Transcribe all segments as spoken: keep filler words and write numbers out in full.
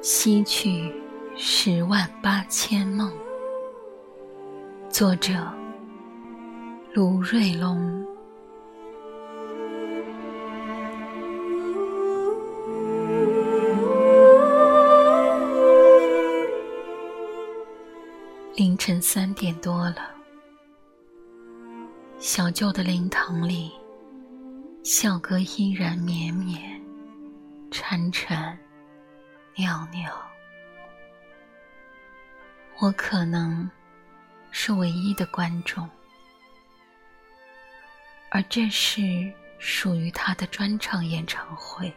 西去十万八千梦。作者卢瑞龙。凌晨三点多了，小舅的灵堂里，校歌依然绵绵潺潺袅袅。我可能是唯一的观众，而这是属于他的专场演唱会。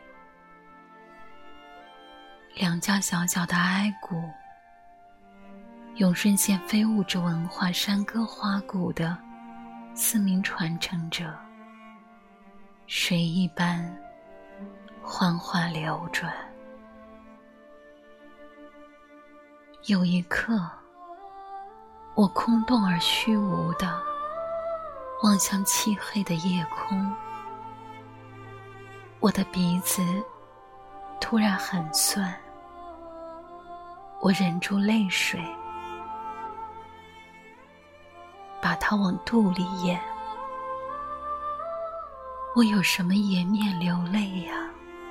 两家小小的哀谷，永顺县非物质文化山歌花鼓的四名传承者，水一般缓缓流转。有一刻，我空洞而虚无地望向漆黑的夜空，我的鼻子突然很酸，我忍住泪水，把它往肚里咽。我有什么颜面流泪呀？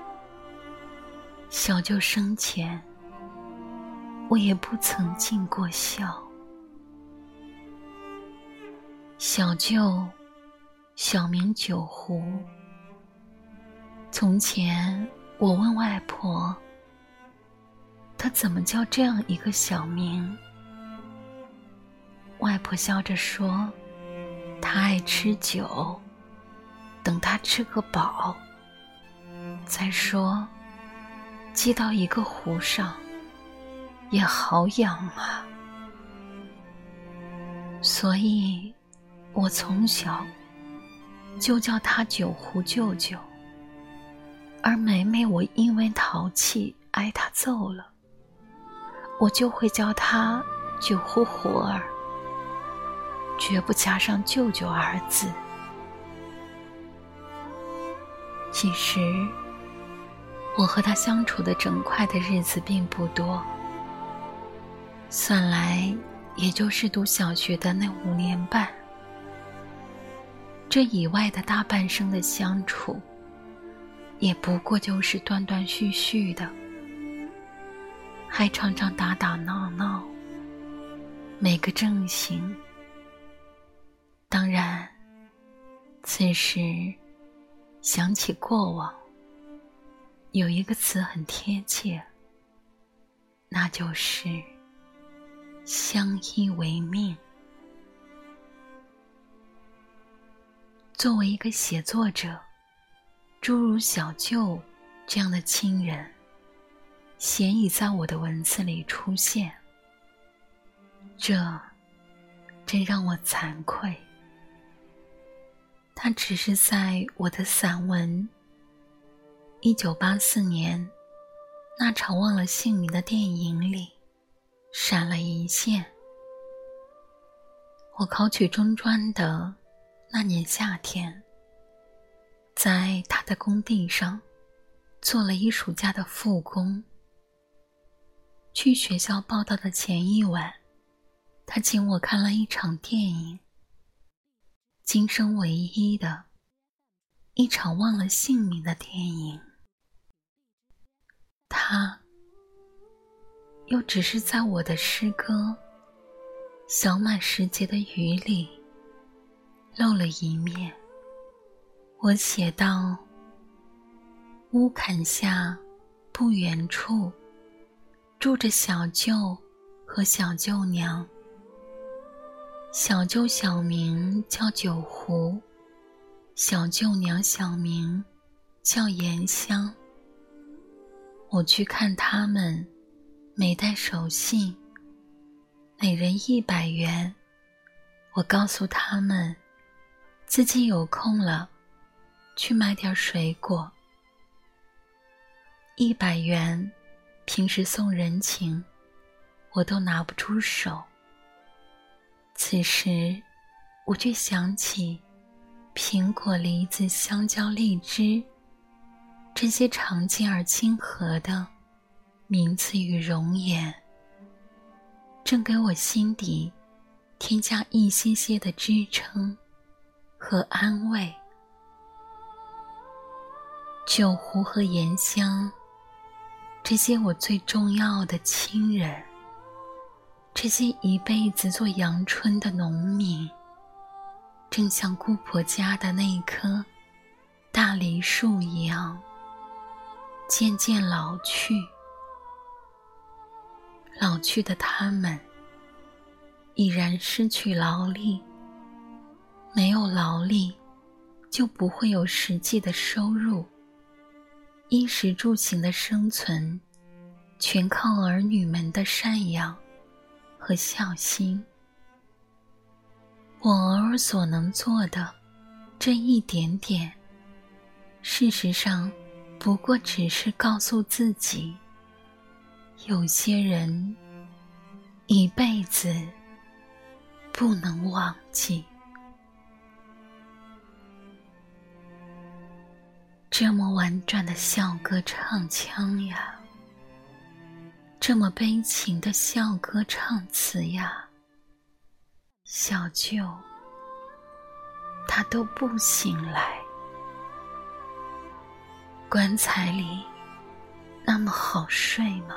小舅生前，我也不曾尽过孝。小舅小名九湖，从前我问外婆，他怎么叫这样一个小名？外婆笑着说，他爱吃酒，等他吃个饱。再说，记到一个湖上，也好养啊。所以，我从小就叫他九湖舅舅，而每每我因为淘气挨他揍了，我就会叫他九湖活儿，绝不加上舅舅二字。其实我和他相处的整块的日子并不多，算来也就是读小学的那五年半。这以外的大半生的相处，也不过就是断断续续的，还常常打打闹闹，没个正形。当然，此时想起过往，有一个词很贴切，那就是相依为命。作为一个写作者，诸如小舅这样的亲人，鲜已在我的文字里出现，这真让我惭愧。他只是在我的散文一九八四年那场忘了姓名的电影里闪了一线。我考取中专的那年夏天，在他的工地上做了一暑假的复工。去学校报到的前一晚，他请我看了一场电影，今生唯一的一场忘了姓名的电影。他又只是在我的诗歌《小满时节的雨》里露了一面。我写道，屋坎下不远处住着小舅和小舅娘。小舅小名叫九湖，小舅娘小名叫颜香。我去看他们，没带手信，每人一百元。我告诉他们，自己有空了，去买点水果。一百元，平时送人情，我都拿不出手。此时，我却想起苹果、梨子、香蕉、荔枝这些常见而亲和的名字与容颜，正给我心底添加一些些的支撑和安慰。酒壶和盐香，这些我最重要的亲人，这些一辈子做阳春的农民，正像姑婆家的那棵大梨树一样，渐渐老去。老去的他们已然失去劳力，没有劳力就不会有实际的收入，衣食住行的生存全靠儿女们的赡养和孝心。我偶尔所能做的这一点点，事实上不过只是告诉自己，有些人一辈子不能忘记。这么婉转的校歌唱腔呀，这么悲情的校歌唱词呀，小舅他都不醒来。棺材里那么好睡吗？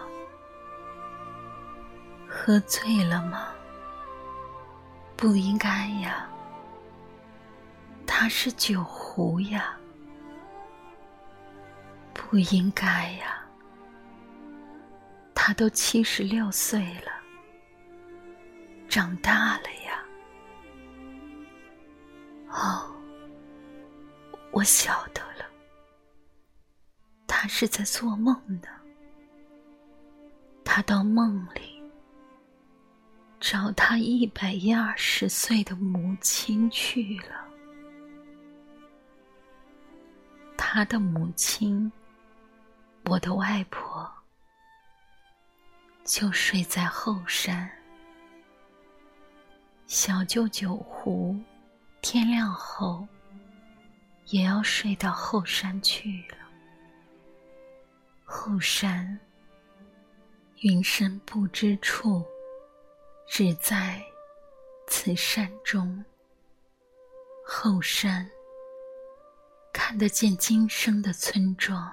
喝醉了吗？不应该呀，他是酒壶呀。不应该呀，他都七十六岁了，长大了呀。哦，我晓得了，他是在做梦呢。他到梦里找他一百一二十岁的母亲去了。他的母亲，我的外婆，就睡在后山。小舅酒壶天亮后也要睡到后山去了。后山云深不知处，只在此山中。后山看得见今生的村庄，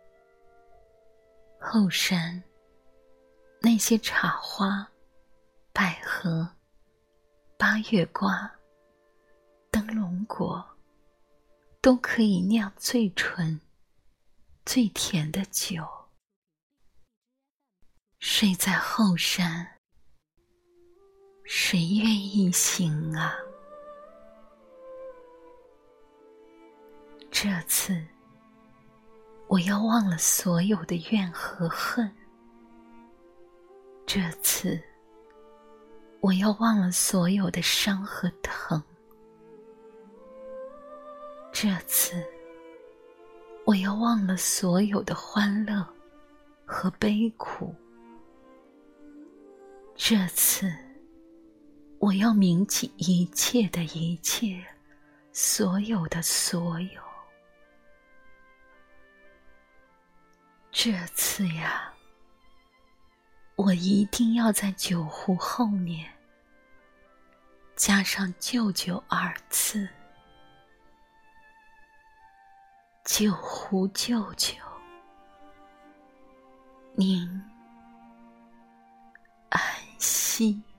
后山那些茶花、百合、八月瓜、灯笼果，都可以酿最纯最甜的酒。睡在后山，谁愿意行啊？这次我要忘了所有的怨和恨，这次我要忘了所有的伤和疼，这次我要忘了所有的欢乐和悲苦，这次我要铭记一切的一切，所有的所有。这次呀，我一定要在酒壶后面加上舅舅二字。酒壶舅舅，您安息。